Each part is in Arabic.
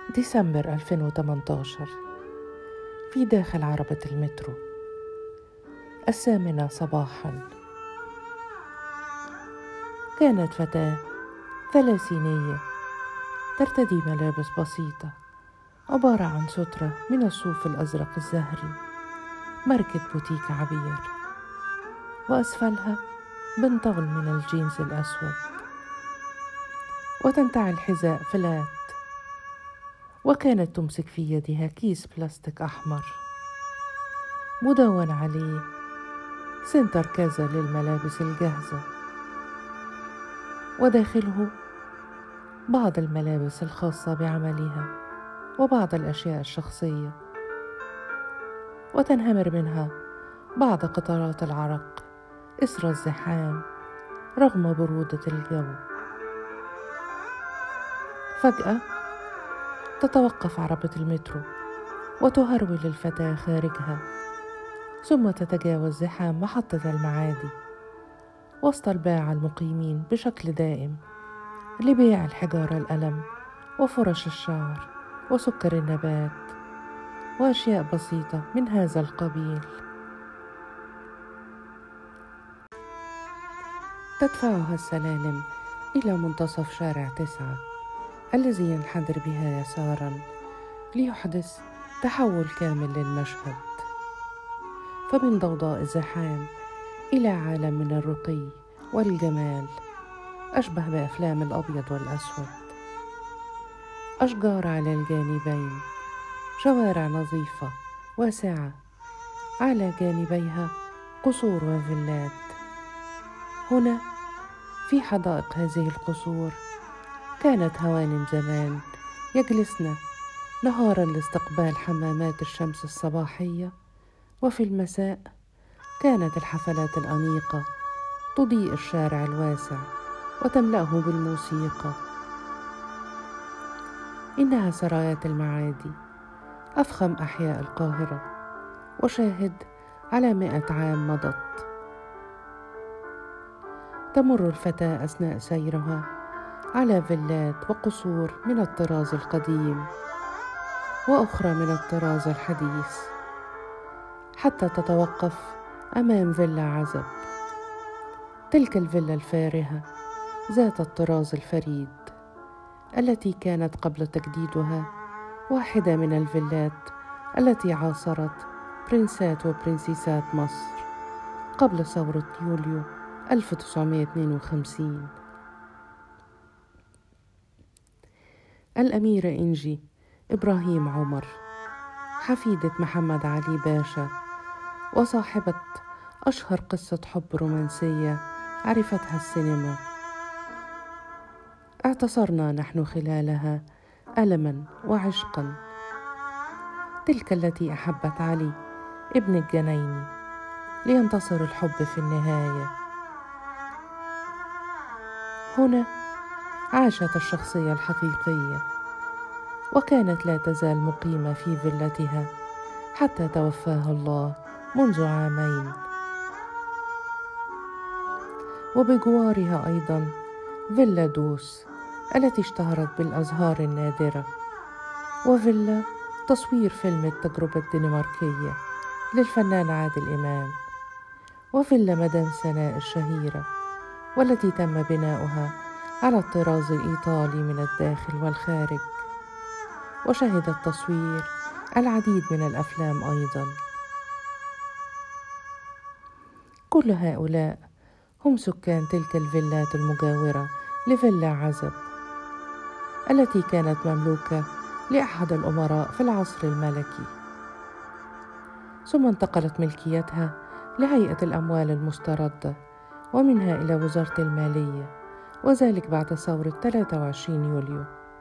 ديسمبر 2018 في داخل عربة المترو 8 صباحا. كانت فتاة ثلاثينية ترتدي ملابس بسيطة عبارة عن سترة من الصوف الأزرق الزهري، ماركة بوتيك عبير، وأسفلها بنطلون من الجينز الأسود، وتنتعل حذاء فلات، وكانت تمسك في يدها كيس بلاستيك أحمر مدون عليه سنتر كذا للملابس الجاهزة، وداخله بعض الملابس الخاصة بعملها وبعض الأشياء الشخصية، وتنهمر منها بعض قطرات العرق إثر الزحام رغم برودة الجو. فجأة تتوقف عربة المترو وتهرول الفتاة خارجها، ثم تتجاوز زحام محطة المعادي وسط الباعة المقيمين بشكل دائم لبيع الحجارة القلم وفرش الشعر وسكر النبات وأشياء بسيطة من هذا القبيل. تدفعها السلالم إلى منتصف شارع 9 الذي ينحدر بها يسارا ليحدث تحول كامل للمشهد، فمن ضوضاء الزحام إلى عالم من الرقي والجمال أشبه بأفلام الأبيض والأسود. أشجار على الجانبين، شوارع نظيفة واسعة على جانبيها قصور وفيلات. هنا في حدائق هذه القصور كانت هوانم زمان يجلسن نهارا لاستقبال حمامات الشمس الصباحية، وفي المساء كانت الحفلات الأنيقة تضيء الشارع الواسع وتملأه بالموسيقى. إنها سرايات المعادي، أفخم أحياء القاهرة، وشاهد على 100 عام مضت. تمر الفتاة أثناء سيرها على فيلات وقصور من الطراز القديم وأخرى من الطراز الحديث، حتى تتوقف أمام فيلا عزب. تلك الفيلا الفارهة ذات الطراز الفريد التي كانت قبل تجديدها واحدة من الفيلات التي عاصرت برنسات وبرنسيسات مصر قبل ثورة يوليو 1952. الأميرة إنجي إبراهيم عمر، حفيدة محمد علي باشا وصاحبة أشهر قصة حب رومانسية عرفتها السينما، اعتصرنا نحن خلالها ألما وعشقا. تلك التي أحبت علي ابن الجنيني لينتصر الحب في النهاية. هنا عاشت الشخصية الحقيقية، وكانت لا تزال مقيمة في فيلتها حتى توفاها الله منذ 2 عام. وبجوارها أيضا فيلا دوس التي اشتهرت بالأزهار النادرة، وفيلا تصوير فيلم التجربة الدنماركية للفنان عادل إمام، وفيلا مدام سناء الشهيرة والتي تم بناؤها على الطراز الإيطالي من الداخل والخارج، وشهد التصوير العديد من الأفلام أيضا. كل هؤلاء هم سكان تلك الفيلات المجاورة لفيلا عزب التي كانت مملوكة لأحد الأمراء في العصر الملكي، ثم انتقلت ملكيتها لهيئة الأموال المستردة ومنها إلى وزارة المالية، وذلك بعد ثورة 23 يوليو.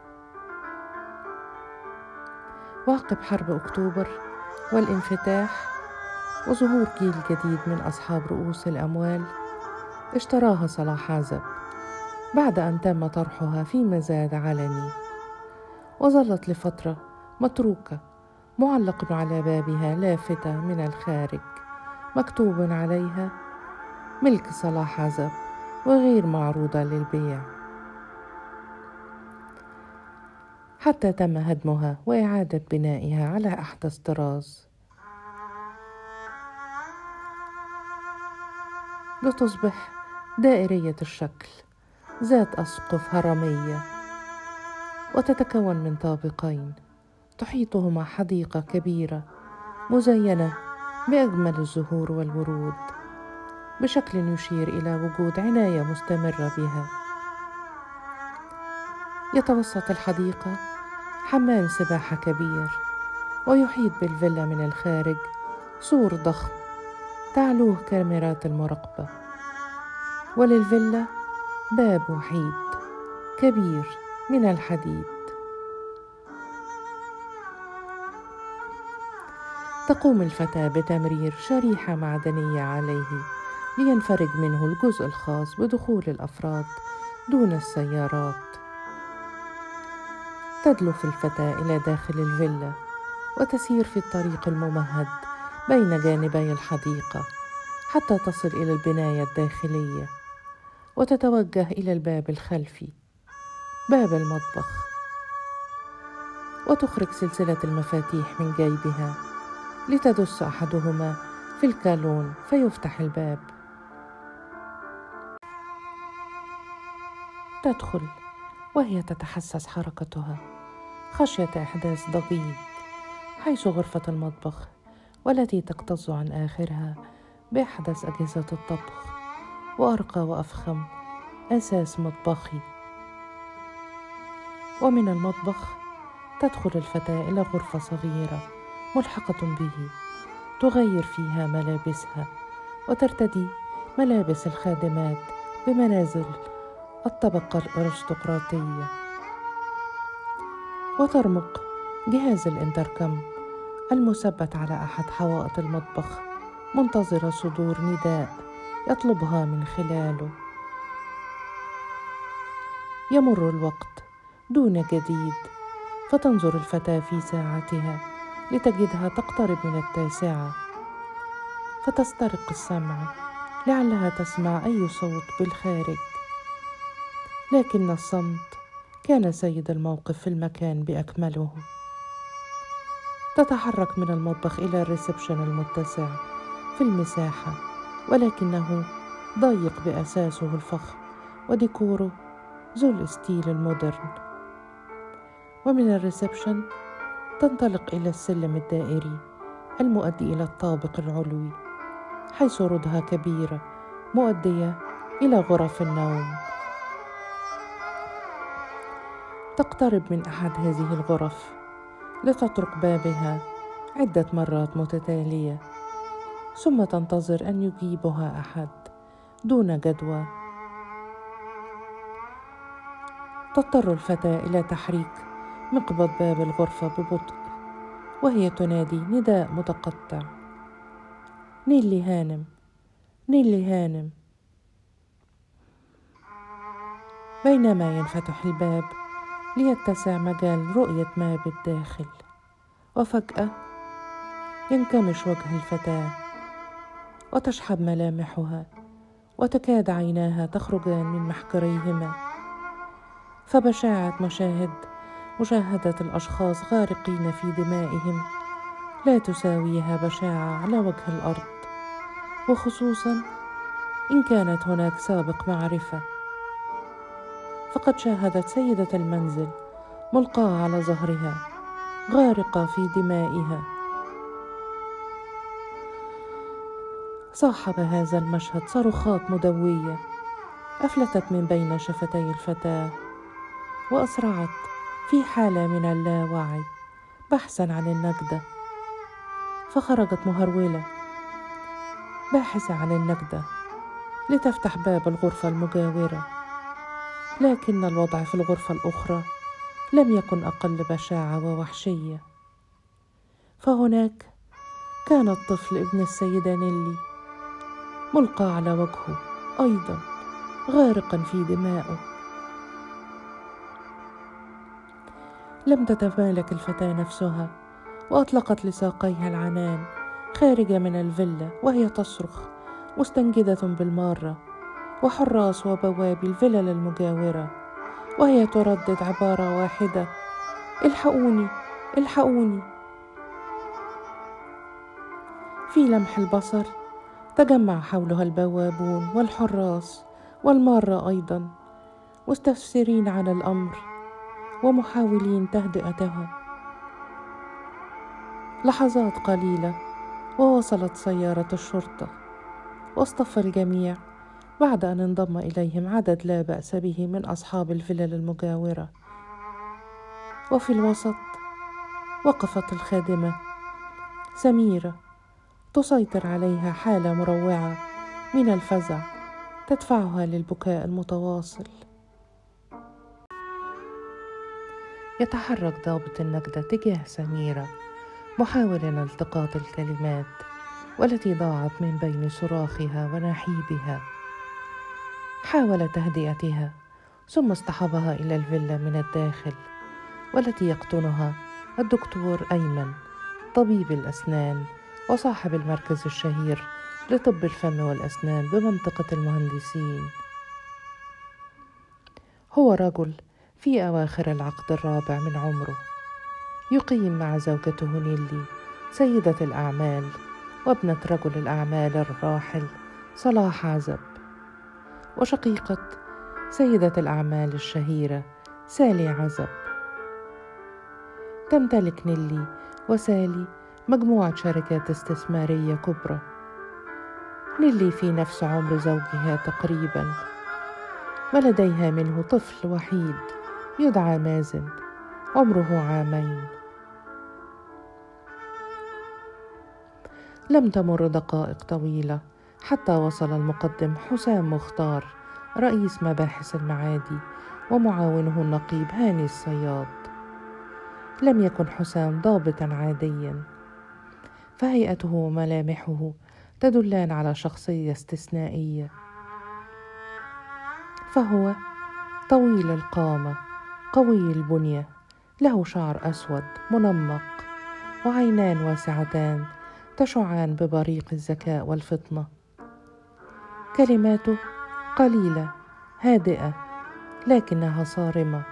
وعقب حرب أكتوبر والانفتاح وظهور جيل جديد من أصحاب رؤوس الأموال، اشتراها صلاح عزب بعد أن تم طرحها في مزاد علني، وظلت لفترة متروكة معلق على بابها لافتة من الخارج مكتوب عليها ملك صلاح عزب وغير معروضة للبيع. حتى تم هدمها وإعادة بنائها على أحدث طراز، لتصبح دائرية الشكل ذات أسقف هرمية، وتتكون من طابقين تحيطهما حديقة كبيرة مزينة بأجمل الزهور والورود، بشكل يشير إلى وجود عناية مستمرة بها. يتوسط الحديقة حمام سباحة كبير، ويحيط بالفيلا من الخارج سور ضخم تعلوه كاميرات المراقبة، وللفيلا باب وحيد كبير من الحديد. تقوم الفتاة بتمرير شريحة معدنية عليه لينفرج منه الجزء الخاص بدخول الأفراد دون السيارات. تدلف الفتاة إلى داخل الفيلا وتسير في الطريق الممهد بين جانبي الحديقة حتى تصل إلى البناية الداخلية، وتتوجه إلى الباب الخلفي باب المطبخ، وتخرج سلسلة المفاتيح من جيبها لتدس أحدهما في الكالون فيفتح الباب. تدخل وهي تتحسس حركتها خشية إحداث ضجيج، حيث غرفة المطبخ والتي تكتظ عن آخرها بأحدث أجهزة الطبخ وأرقى وأفخم أساس مطبخي. ومن المطبخ تدخل الفتاة إلى غرفة صغيرة ملحقة به تغير فيها ملابسها وترتدي ملابس الخادمات بمنازل الطبقة الأرستقراطية، وترمق جهاز الانتركم المثبت على أحد حوائط المطبخ منتظرة صدور نداء يطلبها من خلاله. يمر الوقت دون جديد، فتنظر الفتاة في ساعتها لتجدها تقترب من 9، فتسترق السمع لعلها تسمع أي صوت بالخارج، لكن الصمت كان سيد الموقف في المكان بأكمله. تتحرك من المطبخ إلى الريسبشن المتسع في المساحة، ولكنه ضيق بأساسه الفخم وديكوره ذو الستيل المودرن. ومن الريسبشن تنطلق إلى السلم الدائري المؤدي إلى الطابق العلوي، حيث ردها كبيرة مؤدية إلى غرف النوم. تقترب من أحد هذه الغرف لتطرق بابها عدة مرات متتالية، ثم تنتظر أن يجيبها أحد دون جدوى. تضطر الفتاة إلى تحريك مقبض باب الغرفة ببطء وهي تنادي نداء متقطع: نيلي هانم، نيلي هانم. بينما ينفتح الباب ليتسع مجال رؤية ما بالداخل، وفجأة ينكمش وجه الفتاة وتشحب ملامحها وتكاد عيناها تخرجان من محجريهما، فبشاعة مشاهدة الأشخاص غارقين في دمائهم لا تساويها بشاعة على وجه الأرض، وخصوصا إن كانت هناك سابق معرفة. فقد شاهدت سيدة المنزل ملقاة على ظهرها غارقة في دمائها. صاحب هذا المشهد صرخات مدوية أفلتت من بين شفتي الفتاة، وأسرعت في حالة من اللاوعي بحثا عن النجدة، فخرجت مهرولة باحثة عن النجدة لتفتح باب الغرفة المجاورة، لكن الوضع في الغرفة الأخرى لم يكن أقل بشاعة ووحشية. فهناك كان الطفل ابن السيدة نيلي ملقى على وجهه أيضا غارقا في دمائه. لم تتمالك الفتاة نفسها وأطلقت لساقيها العنان خارجة من الفيلا وهي تصرخ مستنجدة بالمارة وحراس وبوابي الفلل المجاورة، وهي تردد عبارة واحدة: الحقوني، الحقوني. في لمح البصر تجمع حولها البوابون والحراس والمارة أيضا، مستفسرين عن الأمر ومحاولين تهدئتها. لحظات قليلة ووصلت سيارة الشرطة، واصطف الجميع بعد أن انضم إليهم عدد لا بأس به من أصحاب الفلل المجاورة. وفي الوسط وقفت الخادمة سميرة، تسيطر عليها حالة مروعة من الفزع تدفعها للبكاء المتواصل. يتحرك ضابط النجدة تجاه سميرة محاولا التقاط الكلمات والتي ضاعت من بين صراخها ونحيبها. حاول تهدئتها ثم اصطحبها إلى الفيلا من الداخل، والتي يقطنها الدكتور أيمن طبيب الأسنان وصاحب المركز الشهير لطب الفم والأسنان بمنطقة المهندسين. هو رجل في أواخر العقد الرابع من عمره، يقيم مع زوجته نيلي سيدة الأعمال وابنة رجل الأعمال الراحل صلاح عزب، وشقيقة سيدة الأعمال الشهيرة سالي عزب. تمتلك نيلي وسالي مجموعة شركات استثمارية كبرى. نيلي في نفس عمر زوجها تقريبا، ولديها منه طفل وحيد يدعى مازن عمره 2 عام. لم تمر دقائق طويلة حتى وصل المقدم حسام مختار رئيس مباحث المعادي ومعاونه النقيب هاني الصياد. لم يكن حسام ضابطا عاديا، فهيئته وملامحه تدلان على شخصية استثنائية. فهو طويل القامة قوي البنية، له شعر أسود منمق وعينان واسعتان تشعان ببريق الذكاء والفطنة. كلماته قليلة هادئة لكنها صارمة.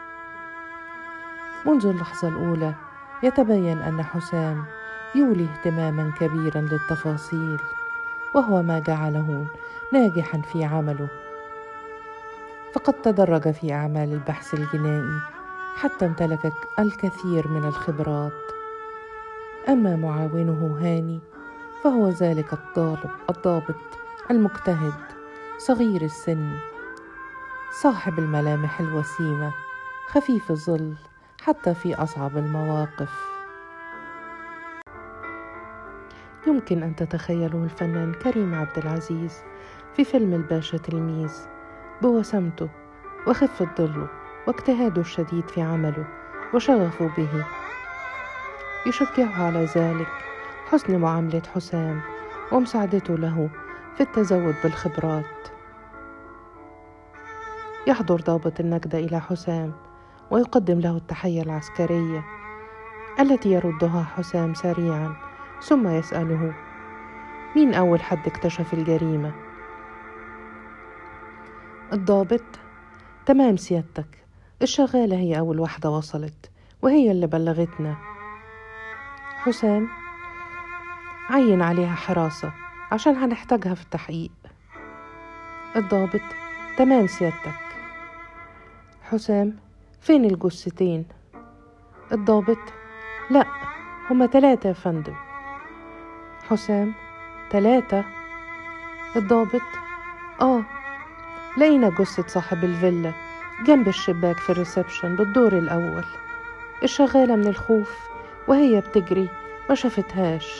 منذ اللحظة الأولى يتبين أن حسام يولي اهتماما كبيرا للتفاصيل، وهو ما جعله ناجحا في عمله. فقد تدرج في أعمال البحث الجنائي حتى امتلك الكثير من الخبرات. أما معاونه هاني فهو ذلك الضابط المجتهد صغير السن، صاحب الملامح الوسيمة خفيف الظل حتى في أصعب المواقف. يمكن أن تتخيله الفنان كريم عبد العزيز في فيلم الباشا تلميذ بوسامته وخفة ظله واجتهاده الشديد في عمله وشغفه به. يشجعه على ذلك حسن معاملة حسام ومساعدته له في التزود بالخبرات. يحضر ضابط النجدة إلى حسام ويقدم له التحية العسكرية التي يردها حسام سريعا، ثم يسأله: مين أول حد اكتشف الجريمة؟ الضابط: تمام سيادتك، الشغالة هي أول واحدة وصلت وهي اللي بلغتنا. حسام: عين عليها حراسة عشان هنحتاجها في التحقيق. الضابط: تمام سيادتك. حسام: فين الجثتين؟ الضابط: لا، هما 3 يا فندم. حسام: 3؟ الضابط: لقينا جثة صاحب الفيلا جنب الشباك في الريسبشن بالدور الأول. الشغالة من الخوف وهي بتجري ما شافتهاش.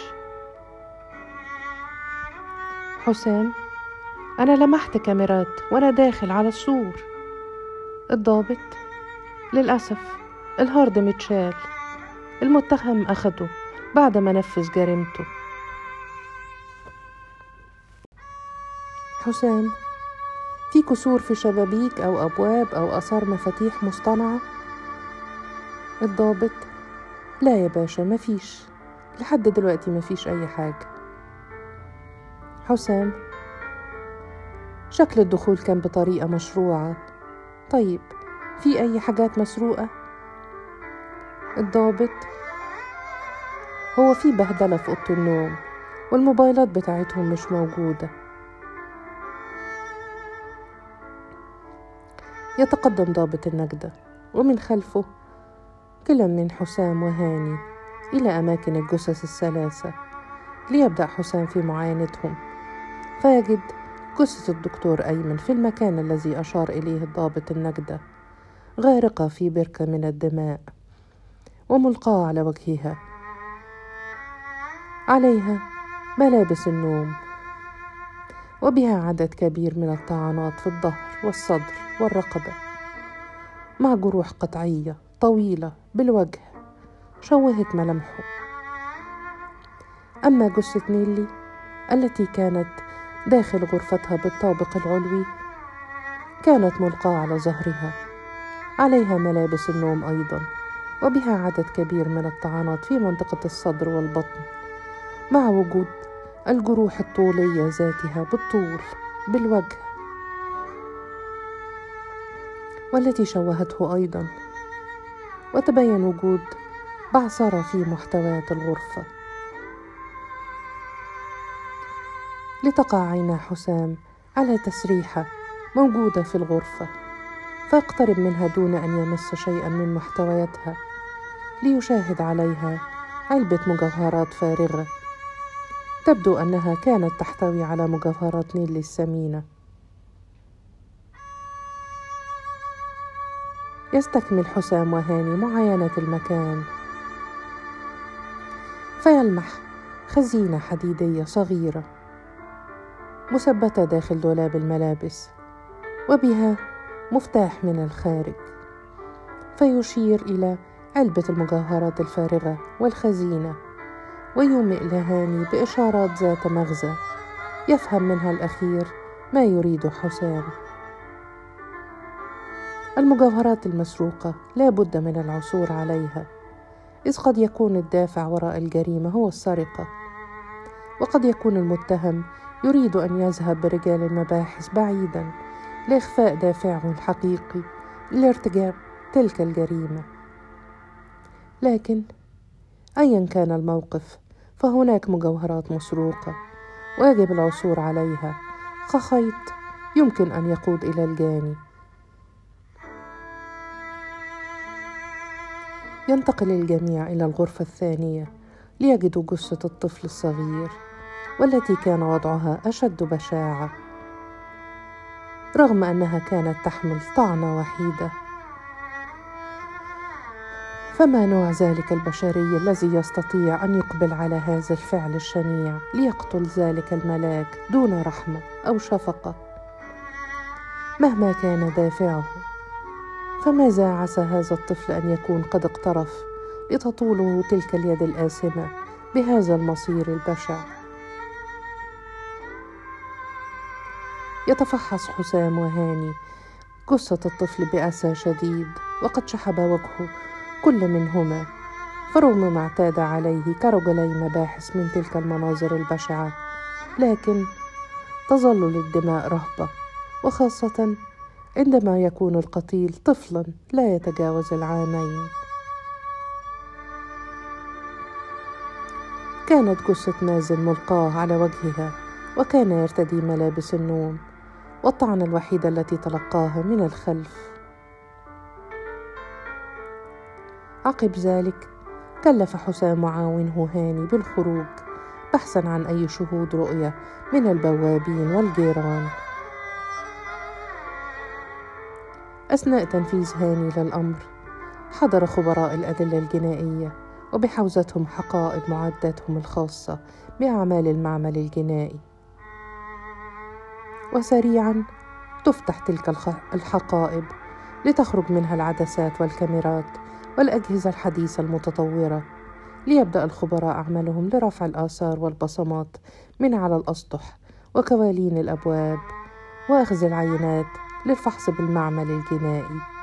حسام: أنا لمحت كاميرات وأنا داخل على السور. الضابط: للأسف الهارد متشال، المتهم أخده بعد ما نفذ جريمته. حسام: في كسور في شبابيك أو أبواب أو آثار مفاتيح مصطنعة؟ الضابط: لا يا باشا، مفيش، لحد دلوقتي مفيش أي حاجة. حسام: شكل الدخول كان بطريقة مشروعة. طيب، في أي حاجات مسروقة؟ الضابط: هو في بهدلة في أوضة النوم والموبايلات بتاعتهم مش موجودة. يتقدم ضابط النجدة ومن خلفه كلا من حسام وهاني إلى أماكن الجثث الثلاثة ليبدأ حسام في معاينتهم، فيجد جثة الدكتور أيمن في المكان الذي أشار إليه الضابط النجدة، غارقة في بركة من الدماء وملقاة على وجهها، عليها ملابس النوم وبها عدد كبير من الطعنات في الظهر والصدر والرقبة، مع جروح قطعية طويلة بالوجه شوهت ملامحه. أما جثة نيلي التي كانت داخل غرفتها بالطابق العلوي كانت ملقاة على ظهرها، عليها ملابس النوم أيضا وبها عدد كبير من الطعنات في منطقة الصدر والبطن، مع وجود الجروح الطولية ذاتها بالطول بالوجه والتي شوهته أيضا، وتبين وجود بعثرة في محتويات الغرفة. لتقع عينا حسام على تسريحة موجودة في الغرفة، فيقترب منها دون أن يمس شيئا من محتوياتها، ليشاهد عليها علبة مجوهرات فارغة تبدو أنها كانت تحتوي على مجوهرات نيلي الثمينة. يستكمل حسام وهاني معاينة المكان، فيلمح خزينة حديدية صغيرة مثبتة داخل دولاب الملابس وبها مفتاح من الخارج، فيشير إلى علبة المجوهرات الفارغة والخزينة، ويومئ لهاني بإشارات ذات مغزى يفهم منها الأخير ما يريد حسام. المجوهرات المسروقة لا بد من العثور عليها، إذ قد يكون الدافع وراء الجريمة هو السرقة، وقد يكون المتهم يريد أن يذهب برجال المباحث بعيدا لإخفاء دافعه الحقيقي لارتكاب تلك الجريمة. لكن أيا كان الموقف فهناك مجوهرات مسروقة ويجب العثور عليها كخيط يمكن أن يقود إلى الجاني. ينتقل الجميع إلى الغرفة الثانية ليجدوا جثة الطفل الصغير والتي كان وضعها أشد بشاعة، رغم أنها كانت تحمل طعنة وحيدة. فما نوع ذلك البشري الذي يستطيع أن يقبل على هذا الفعل الشنيع ليقتل ذلك الملاك دون رحمة أو شفقة؟ مهما كان دافعه، فماذا عسى هذا الطفل أن يكون قد اقترف لتطوله تلك اليد الآثمة بهذا المصير البشع؟ يتفحص حسام وهاني جثة الطفل بأسى شديد، وقد شحب وجهه كل منهما، فرغم ما اعتاد عليه كرجلي مباحث من تلك المناظر البشعة، لكن تظل للدماء رهبة، وخاصة عندما يكون القتيل طفلا لا يتجاوز العامين. كانت جثة مازن ملقاة على وجهها، وكان يرتدي ملابس النوم، والطعنة الوحيدة التي تلقاها من الخلف. عقب ذلك كلف حسام معاونه هاني بالخروج بحثا عن أي شهود رؤية من البوابين والجيران. أثناء تنفيذ هاني للأمر حضر خبراء الأدلة الجنائية وبحوزتهم حقائب معداتهم الخاصة بأعمال المعمل الجنائي، وسريعا تفتح تلك الحقائب لتخرج منها العدسات والكاميرات والأجهزة الحديثة المتطورة، ليبدأ الخبراء أعمالهم لرفع الآثار والبصمات من على الأسطح وكوالين الأبواب وأخذ العينات للفحص بالمعمل الجنائي.